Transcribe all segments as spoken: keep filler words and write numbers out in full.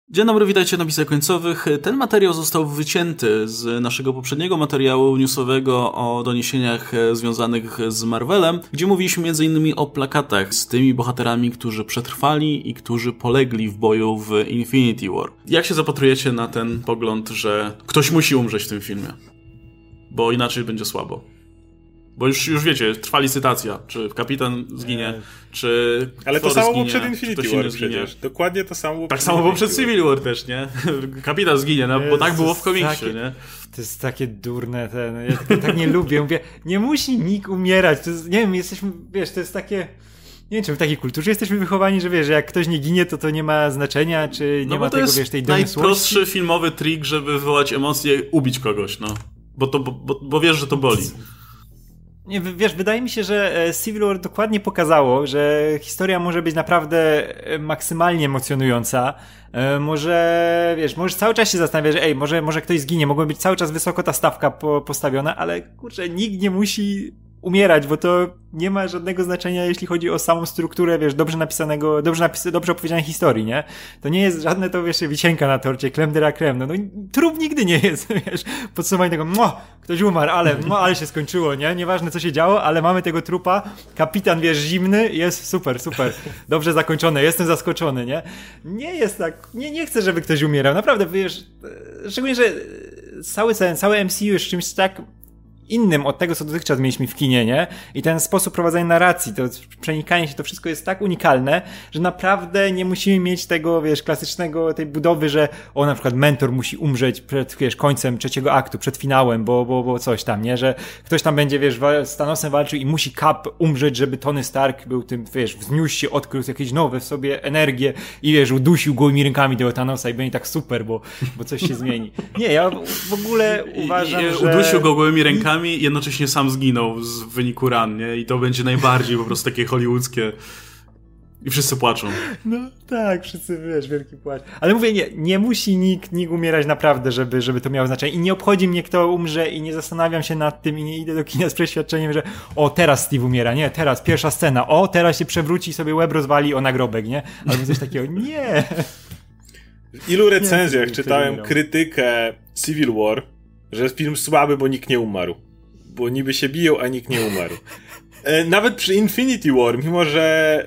Dzień dobry, witajcie na napisach końcowych. Ten materiał został wycięty z naszego poprzedniego materiału newsowego o doniesieniach związanych z Marvelem, gdzie mówiliśmy między innymi o plakatach z tymi bohaterami, którzy przetrwali i którzy polegli w boju w Infinity War. Jak się zapatrujecie na ten pogląd, że ktoś musi umrzeć w tym filmie? Bo inaczej będzie słabo. Bo już, już wiecie, trwa licytacja, czy kapitan zginie, eee. czy Ale Thor to samo zginie, było przed Infinity War przecież. Dokładnie to samo było Tak samo było przed Civil War też, nie? Kapitan zginie, no, bo tak było w komiksie, takie, nie? To jest takie durne, ten, ja tego tak nie lubię. Mówię, nie musi nikt umierać. To jest, nie wiem, jesteśmy, wiesz, to jest takie... Nie wiem, czy w takiej kulturze jesteśmy wychowani, że wiesz, że jak ktoś nie ginie, to to nie ma znaczenia, czy nie no ma tego, wiesz, tej doniosłości. Najprostszy filmowy trik, żeby wywołać emocje, ubić kogoś, no. Bo, to, bo, bo wiesz, że to boli. Nie, wiesz, wydaje mi się, że Civil War dokładnie pokazało, że historia może być naprawdę maksymalnie emocjonująca. Może, wiesz, możesz cały czas się zastanawiać, że ej, może, może ktoś zginie, mogła być cały czas wysoko ta stawka po, postawiona, ale kurczę, nikt nie musi umierać, bo to nie ma żadnego znaczenia, jeśli chodzi o samą strukturę, wiesz, dobrze napisanego, dobrze napis- dobrze opowiedzianej historii, nie? To nie jest żadne to, wiesz, wisienka na torcie, creme de la creme, no, no trup nigdy nie jest, wiesz, podsumowanie tego, no, ktoś umarł, ale, no, ale się skończyło, nie? Nieważne, co się działo, ale mamy tego trupa, kapitan, wiesz, zimny, jest super, super, dobrze zakończone, jestem zaskoczony, nie? Nie jest tak, nie, nie chcę, żeby ktoś umierał, naprawdę, wiesz, szczególnie, że cały, cały M C U jest czymś tak innym od tego, co dotychczas mieliśmy w kinie, nie? I ten sposób prowadzenia narracji, to przenikanie się, to wszystko jest tak unikalne, że naprawdę nie musimy mieć tego, wiesz, klasycznego, tej budowy, że o, na przykład mentor musi umrzeć przed, wiesz, końcem trzeciego aktu, przed finałem, bo, bo, bo coś tam, nie? Że ktoś tam będzie, wiesz, z Thanosem walczył i musi Cap umrzeć, żeby Tony Stark był tym, wiesz, wzniósł się, odkrył jakieś nowe w sobie energię i, wiesz, udusił gołymi rękami tego Thanosa i będzie tak super, bo, bo coś się zmieni. Nie, ja w ogóle uważam, I, i, że... Udusił go gołymi rękami i jednocześnie sam zginął z wyniku ran, nie? I to będzie najbardziej po prostu takie hollywoodzkie. I wszyscy płaczą. No tak, wszyscy, wiesz, wielki płacz. Ale mówię, nie, nie musi nikt, nikt umierać naprawdę, żeby, żeby to miało znaczenie. I nie obchodzi mnie, kto umrze i nie zastanawiam się nad tym i nie idę do kina z przeświadczeniem, że o, teraz Steve umiera, nie, teraz pierwsza scena, o, teraz się przewróci i sobie łeb rozwali o nagrobek, nie? Albo coś takiego, nie. W ilu recenzjach nie, czytałem krytykę Civil War, że jest film słaby, bo nikt nie umarł. Bo niby się biją, a nikt nie umarł. Nawet przy Infinity War, mimo że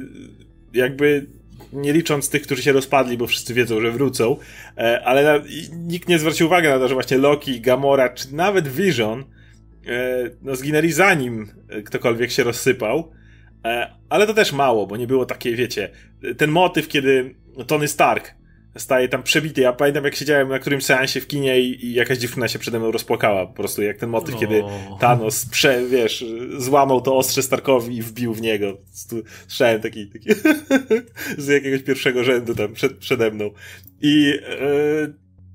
jakby nie licząc tych, którzy się rozpadli, bo wszyscy wiedzą, że wrócą, ale nikt nie zwrócił uwagi na to, że właśnie Loki, Gamora, czy nawet Vision no zginęli zanim ktokolwiek się rozsypał. Ale to też mało, bo nie było takiej, wiecie, ten motyw, kiedy Tony Stark staje tam przebity. Ja pamiętam, jak siedziałem na którymś seansie w kinie i, i jakaś dziewczyna się przede mną rozpłakała. Po prostu jak ten motyw, no. Kiedy Thanos, prze, wiesz, złamał to ostrze Starkowi i wbił w niego. Słyszałem taki, taki z jakiegoś pierwszego rzędu tam przed, przede mną. I yy,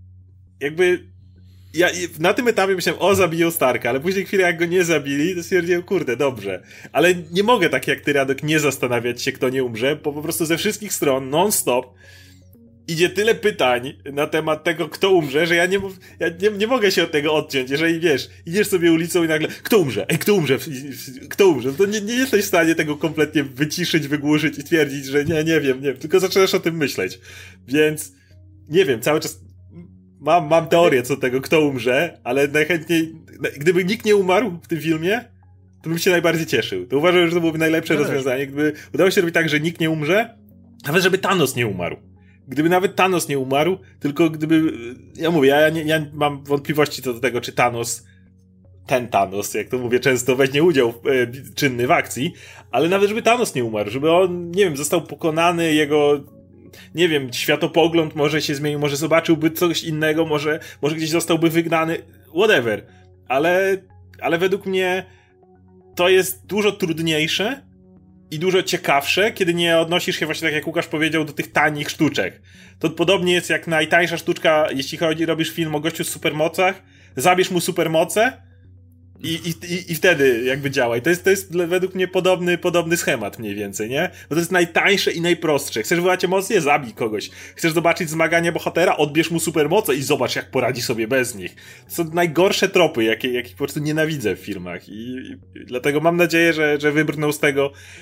jakby ja na tym etapie myślałem, o, zabiją Starka, ale później chwilę jak go nie zabili, to stwierdziłem, kurde, dobrze. Ale nie mogę tak jak ty, Radek, nie zastanawiać się, kto nie umrze, bo po prostu ze wszystkich stron, non-stop, idzie tyle pytań na temat tego, kto umrze, że ja nie, ja nie, nie mogę się od tego odciąć. Jeżeli, wiesz, idziesz sobie ulicą i nagle, kto umrze? Ej, kto umrze? Kto umrze? No to nie, nie jesteś w stanie tego kompletnie wyciszyć, wygłuszyć i twierdzić, że nie, nie wiem, nie wiem, tylko zaczynasz o tym myśleć. Więc, nie wiem, cały czas mam, mam teorię co do tego, kto umrze, ale najchętniej, gdyby nikt nie umarł w tym filmie, to bym się najbardziej cieszył. To uważam, że to byłoby najlepsze no rozwiązanie, gdyby udało się robić tak, że nikt nie umrze, nawet żeby Thanos nie umarł. Gdyby nawet Thanos nie umarł, tylko gdyby... Ja mówię, ja, nie, ja mam wątpliwości co do tego, czy Thanos, ten Thanos, jak to mówię często, weźmie udział e, czynny w akcji, ale nawet żeby Thanos nie umarł, żeby on, nie wiem, został pokonany, jego, nie wiem, światopogląd może się zmienił, może zobaczyłby coś innego, może, może gdzieś zostałby wygnany, whatever. Ale, ale według mnie to jest dużo trudniejsze i dużo ciekawsze, kiedy nie odnosisz się właśnie, tak jak Łukasz powiedział, do tych tanich sztuczek. To podobnie jest jak najtańsza sztuczka, jeśli chodzi, robisz film o gościu z supermocach, zabierz mu supermoce i, i, i wtedy jakby działa. I to jest, to jest według mnie podobny, podobny schemat mniej więcej, nie? Bo to jest najtańsze i najprostsze. Chcesz wywołać emocje? Zabij kogoś. Chcesz zobaczyć zmagania bohatera? Odbierz mu supermoce i zobacz, jak poradzi sobie bez nich. To są najgorsze tropy, jakie, jakie po prostu nienawidzę w filmach. I, i, i dlatego mam nadzieję, że, że wybrnął z tego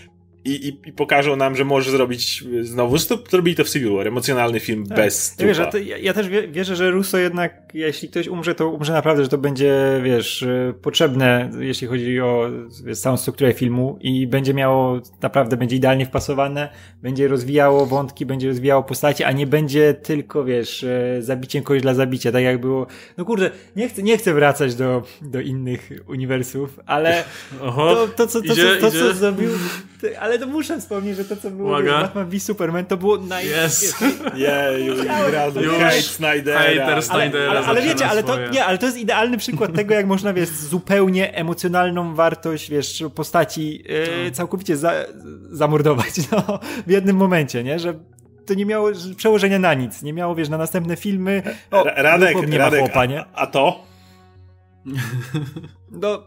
I, i, i pokażą nam, że może zrobić znowu, to zrobili to w Civil War, emocjonalny film tak. bez stupa. Ja, wiesz, to, ja, ja też wierzę, że Russo jednak, jeśli ktoś umrze, to umrze naprawdę, że to będzie, wiesz, potrzebne, jeśli chodzi o wiesz, całą strukturę filmu i będzie miało, naprawdę będzie idealnie wpasowane, będzie rozwijało wątki, będzie rozwijało postacie, a nie będzie tylko, wiesz, zabiciem kogoś dla zabicia, tak jak było, no kurde, nie chcę, nie chcę wracać do, do innych uniwersów, ale Oho, to, to, co, to, idzie, to, to, idzie. co zrobił, ale to muszę wspomnieć, że to, co było wiesz, Batman v Superman, to było naj... Yes. Jeju, hate Snydera. Hater Snydera. Ale, ale, ale wiecie, ale to, nie, ale to jest idealny przykład tego, jak można, wiesz, zupełnie emocjonalną wartość, wiesz, postaci e, całkowicie za, zamordować, no, w jednym momencie, nie, że to nie miało przełożenia na nic, nie miało, wiesz, na następne filmy. O, Radek, nie Radek, ma chłopa, nie? A, a to? No,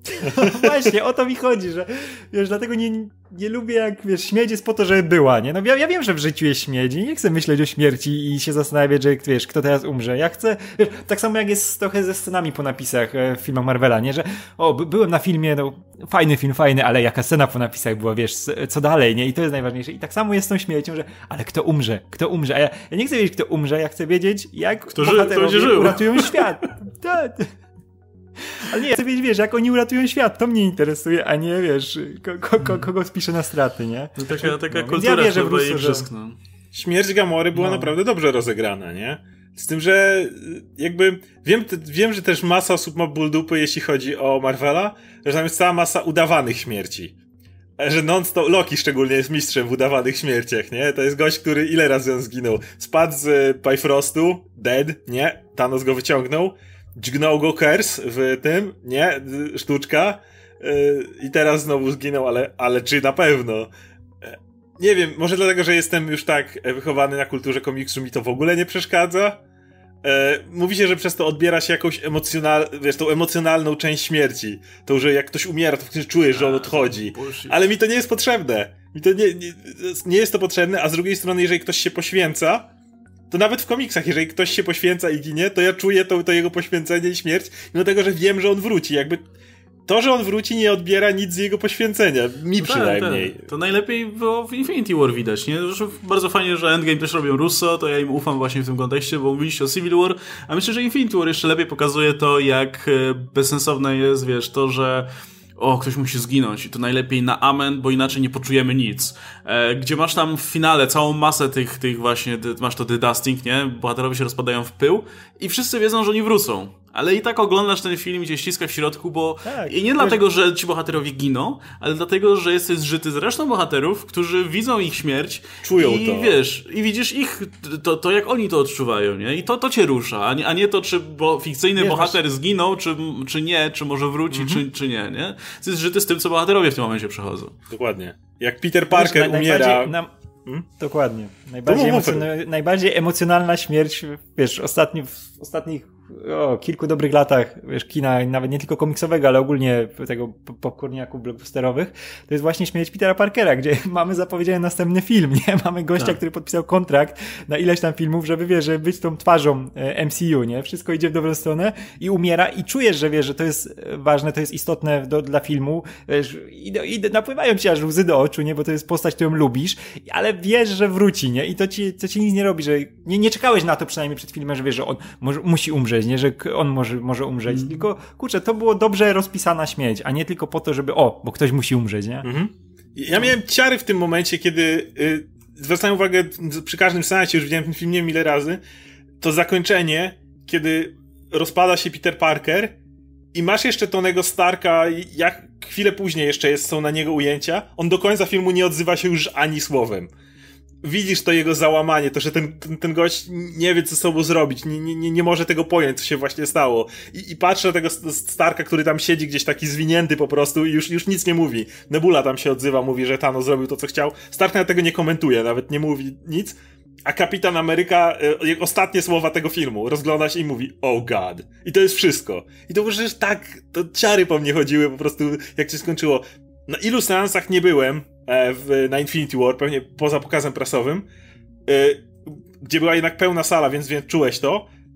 właśnie, o to mi chodzi, że wiesz, dlatego nie, nie lubię jak, wiesz, śmierć jest po to, żeby była, nie? No ja, ja wiem, że w życiu jest śmierć i nie chcę myśleć o śmierci i się zastanawiać, że, wiesz, kto teraz umrze. Ja chcę, wiesz, tak samo jak jest trochę ze scenami po napisach w filmach Marvela, nie? Że, o, by, byłem na filmie, no, fajny film, fajny, ale jaka scena po napisach była, wiesz, co dalej, nie? I to jest najważniejsze. I tak samo jest z tą śmiercią, że, ale kto umrze? Kto umrze? A ja, ja nie chcę wiedzieć, kto umrze, ja chcę wiedzieć, jak kto bohaterowie ży, uratują świat. Tak. Ale nie, ja chcę wiedzieć, wiesz, jak oni uratują świat, to mnie interesuje, a nie, wiesz, ko- ko- kogo spiszę na straty, nie? No taka, taka no, kultura ja wierzę chyba w Russo, że... no. Śmierć Gamory była no. naprawdę dobrze rozegrana, nie? Z tym, że jakby wiem, wiem, że też masa osób ma ból dupy, jeśli chodzi o Marvela, że tam jest cała masa udawanych śmierci. Że non-stop, Loki szczególnie jest mistrzem w udawanych śmierciach, nie? To jest gość, który ile razy on zginął? Spadł z Bifrostu, dead, nie? Thanos go wyciągnął. Dźgnął go Curse w tym, nie? Sztuczka. Yy, I teraz znowu zginął, ale, ale czy na pewno? Yy, nie wiem, może dlatego, że jestem już tak wychowany na kulturze komiksu, że mi to w ogóle nie przeszkadza. Yy, mówi się, że przez to odbiera się jakąś emocjonal, wiesz, tą emocjonalną część śmierci. To, że jak ktoś umiera, to wtedy czujesz, że on odchodzi. Ale mi to nie jest potrzebne. Mi to nie, nie, nie jest to potrzebne, a z drugiej strony, jeżeli ktoś się poświęca, to nawet w komiksach, jeżeli ktoś się poświęca i ginie, to ja czuję to, to jego poświęcenie i śmierć, mimo tego, że wiem, że on wróci. Jakby to, że on wróci, nie odbiera nic z jego poświęcenia. Mi no przynajmniej. Tak, tak. To najlepiej było w Infinity War widać, nie? Zresztą bardzo fajnie, że Endgame też robią Russo, to ja im ufam właśnie w tym kontekście, bo mówiliście o Civil War, a myślę, że Infinity War jeszcze lepiej pokazuje to, jak bezsensowne jest, wiesz, to, że o, ktoś musi zginąć i to najlepiej na amen, bo inaczej nie poczujemy nic. E, gdzie masz tam w finale całą masę tych, tych właśnie, masz to The Dusting, nie? Bohaterowie się rozpadają w pył i wszyscy wiedzą, że oni wrócą. Ale i tak oglądasz ten film i cię ściska w środku, bo tak, i nie dlatego, że ci bohaterowie giną, ale dlatego, że jesteś zżyty z resztą bohaterów, którzy widzą ich śmierć. Czują i, to. wiesz, i widzisz ich, to, to jak oni to odczuwają, nie? I to, to cię rusza, a nie, a nie to, czy bo fikcyjny wiesz, bohater masz... zginął, czy, czy nie, czy może wróci, mhm. czy, czy nie, nie? Ty jest zżyty z tym, co bohaterowie w tym momencie przechodzą. Dokładnie. Jak Peter Parker wiesz, umiera... Na... Hmm? Dokładnie. Najbardziej, emocjon... najbardziej emocjonalna śmierć, wiesz, ostatni, w ostatnich o, kilku dobrych latach, wiesz, kina, nawet nie tylko komiksowego, ale ogólnie tego popcorniaków blockbusterowych, to jest właśnie śmierć Petera Parkera, gdzie mamy zapowiedziany następny film, nie? Mamy gościa, tak. który podpisał kontrakt na ileś tam filmów, żeby, wiesz, żeby być tą twarzą M C U, nie? Wszystko idzie w dobrą stronę i umiera i czujesz, że wiesz, że to jest ważne, to jest istotne do, dla filmu, wiesz, i, i napływają ci aż łzy do oczu, nie? Bo to jest postać, którą lubisz, ale wiesz, że wróci, nie? I to ci, to ci nic nie robi, że nie, nie czekałeś na to przynajmniej przed filmem, że wiesz, że on może, musi umrzeć, nie? Że on może, może umrzeć, mm. tylko kurczę, to było dobrze rozpisana śmierć, a nie tylko po to, żeby o, bo ktoś musi umrzeć, nie? Mm-hmm. Ja miałem ciary w tym momencie, kiedy y, zwracałem uwagę przy każdym seansie, już widziałem ten film nie wiem ile razy, to zakończenie, kiedy rozpada się Peter Parker i masz jeszcze Tonego Starka, jak chwilę później jeszcze jest, są na niego ujęcia, on do końca filmu nie odzywa się już ani słowem. Widzisz to jego załamanie, to, że ten, ten, ten gość nie wie, co z sobą zrobić, nie, nie, nie może tego pojąć, co się właśnie stało. I, i patrzę na tego Starka, który tam siedzi gdzieś taki zwinięty po prostu i już, już nic nie mówi. Nebula tam się odzywa, mówi, że Thanos zrobił to, co chciał. Stark nawet tego nie komentuje, nawet nie mówi nic. A Kapitan Ameryka, y, ostatnie słowa tego filmu, rozgląda się i mówi oh god. I to jest wszystko. I to przecież tak, to ciary po mnie chodziły po prostu, jak się skończyło. Na ilu seansach nie byłem e, w, na Infinity War, pewnie poza pokazem prasowym, e, gdzie była jednak pełna sala, więc, więc czułeś to,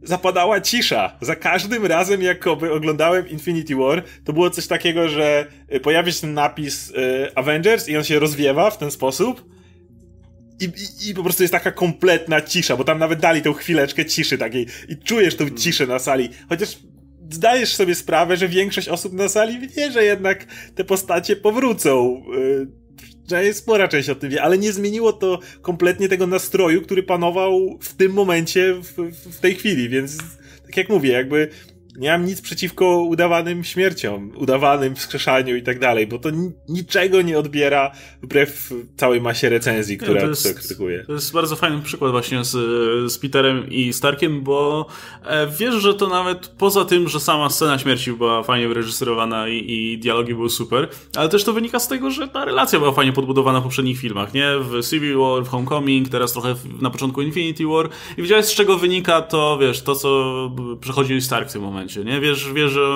zapadała cisza. Za każdym razem, jak oglądałem Infinity War, to było coś takiego, że pojawia się ten napis y, Avengers i on się rozwiewa w ten sposób i, i, i po prostu jest taka kompletna cisza, bo tam nawet dali tą chwileczkę ciszy takiej i czujesz tą ciszę na sali. Chociaż zdajesz sobie sprawę, że większość osób na sali wie, że jednak te postacie powrócą. Y, że jest spora część o tym wie, ale nie zmieniło to kompletnie tego nastroju, który panował w tym momencie, w, w tej chwili, więc tak jak mówię, jakby nie mam nic przeciwko udawanym śmierciom, udawanym wskrzeszaniu i tak dalej, bo to ni- niczego nie odbiera wbrew całej masie recenzji, która to, jest, to krytykuje. To jest bardzo fajny przykład właśnie z, z Peterem i Starkiem, bo e, wiesz, że to nawet poza tym, że sama scena śmierci była fajnie wyreżyserowana i, i dialogi były super, ale też to wynika z tego, że ta relacja była fajnie podbudowana w poprzednich filmach, nie? W Civil War, w Homecoming, teraz trochę w, na początku Infinity War i widziałeś, z czego wynika to, wiesz, to co przechodził Stark w tym momencie. Nie? Wiesz, wiesz, że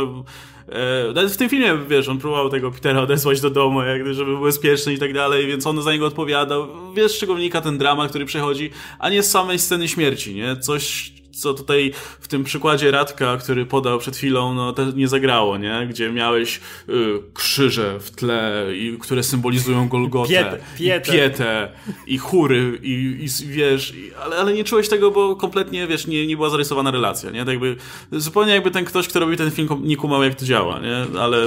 e, nawet w tym filmie, wiesz, on próbował tego Petera odesłać do domu, jak, żeby był bezpieczny i tak dalej, więc on za niego odpowiadał. Wiesz, z czego wynika ten dramat, który przechodzi, a nie z samej sceny śmierci, nie? Coś, co tutaj w tym przykładzie Radka, który podał przed chwilą, no to nie zagrało, nie? Gdzie miałeś y, krzyże w tle, i, które symbolizują Golgotę, Pietę, pietę. i pietę, i chóry, i, i wiesz, i, ale, ale nie czułeś tego, bo kompletnie, wiesz, nie, nie była zarysowana relacja, nie? Tak jakby, zupełnie jakby ten ktoś, kto robi ten film, nie kumał, jak to działa, nie? Ale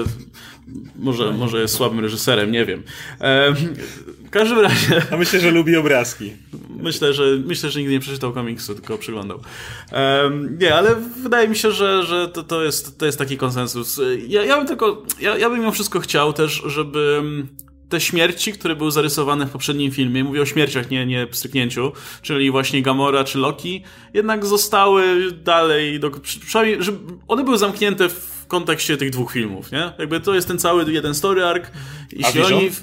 może, może jest słabym reżyserem, nie wiem. E, w każdym razie... A myślę, że lubi obrazki. Myślę, że myślę, że nigdy nie przeczytał komiksu, tylko przyglądał. Um, nie, ale wydaje mi się, że, że to, to, jest, to jest taki konsensus. Ja, ja bym tylko, ja, ja bym mimo wszystko chciał też, żeby te śmierci, które były zarysowane w poprzednim filmie, mówię o śmierciach, nie, nie pstryknięciu, czyli właśnie Gamora czy Loki, jednak zostały dalej, do, przynajmniej, żeby one były zamknięte w kontekście tych dwóch filmów, nie? Jakby to jest ten cały jeden story arc. Jeśli A oni...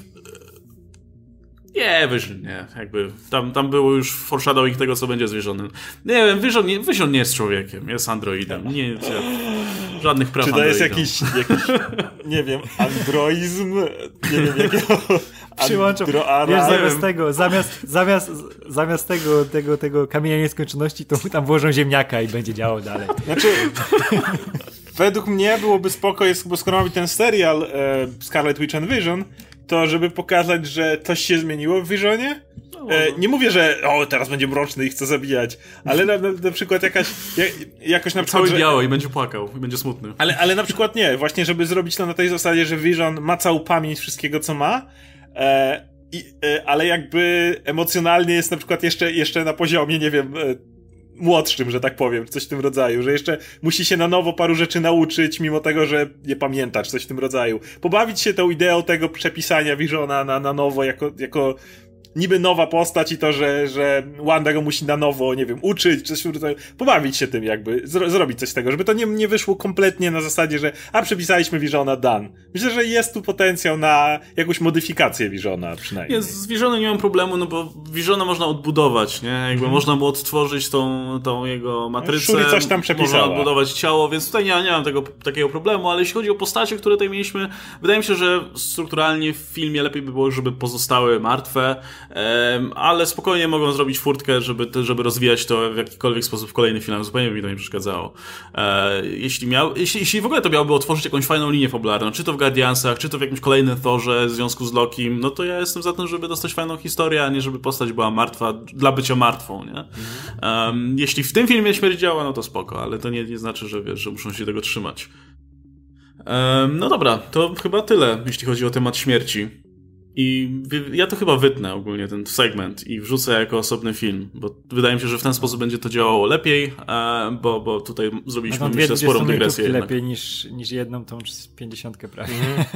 Nie, Vision nie. Jakby tam, tam było już foreshadowing tego, co będzie z Visionem. Nie wiem, Vision nie, Vision nie jest człowiekiem, jest androidem. Nie, nie, żadnych praw Czy to androidom. jest jakiś, jakiś, nie wiem, androizm? Nie wiem, jakiego... Przyłączą. Andro- Wiesz, zamiast tego, zamiast, zamiast, zamiast tego, tego, tego kamienia nieskończoności, to tam włożą ziemniaka i będzie działał dalej. Znaczy... Według mnie byłoby spoko, jest, bo skoro mamy ten serial e, Scarlet Witch and Vision, to żeby pokazać, że coś się zmieniło w Visionie. E, nie mówię, że o, teraz będzie mroczny i chce zabijać, ale na, na, na przykład jakaś ja, jakoś na przykład... Cały że... biały i będzie płakał, i będzie smutny. Ale, ale na przykład nie, właśnie żeby zrobić to na tej zasadzie, że Vision ma całą pamięć wszystkiego, co ma, e, i, e, ale jakby emocjonalnie jest na przykład jeszcze, jeszcze na poziomie, nie wiem... E, młodszym, że tak powiem, coś w tym rodzaju, że jeszcze musi się na nowo paru rzeczy nauczyć, mimo tego, że nie pamięta, czy coś w tym rodzaju. Pobawić się tą ideą tego przepisania Visiona na, na nowo, jako, jako niby nowa postać i to, że, że Wanda go musi na nowo, nie wiem, uczyć, czy coś w tym rodzaju. Pobawić się tym jakby, zro, zrobić coś z tego, żeby to nie, nie wyszło kompletnie na zasadzie, że a, przepisaliśmy Visiona, done. Myślę, że jest tu potencjał na jakąś modyfikację Visiona przynajmniej. Nie, z Visionem nie mam problemu, no bo Visiona można odbudować, nie? Jakby hmm. można było odtworzyć tą, tą jego matrycę. Shuri coś tam przepisała. Można odbudować ciało, więc tutaj nie, nie mam tego, takiego problemu, ale jeśli chodzi o postacie, które tutaj mieliśmy, wydaje mi się, że strukturalnie w filmie lepiej by było, żeby pozostały martwe, ale spokojnie mogą zrobić furtkę, żeby, żeby rozwijać to w jakikolwiek sposób w kolejnych filmach. Zupełnie mi to nie przeszkadzało. Jeśli miał, jeśli, jeśli w ogóle to miałoby otworzyć jakąś fajną linię fabularną, czy to w Guardiansach, czy to w jakimś kolejnym Thorze w związku z Lokim, no to ja jestem za tym, żeby dostać fajną historię, a nie żeby postać była martwa dla bycia martwą, nie? Mhm. Um, jeśli w tym filmie śmierć działa, no to spoko, ale to nie, nie znaczy, że wiesz, że muszą się tego trzymać. Um, no dobra, to chyba tyle, jeśli chodzi o temat śmierci. I ja to chyba wytnę ogólnie ten segment i wrzucę jako osobny film, bo wydaje mi się, że w ten sposób będzie to działało lepiej, bo, bo tutaj zrobiliśmy, no myślę, sporą dygresję jednak. lepiej niż, niż jedną tą pięćdziesiątkę prawie. Mm.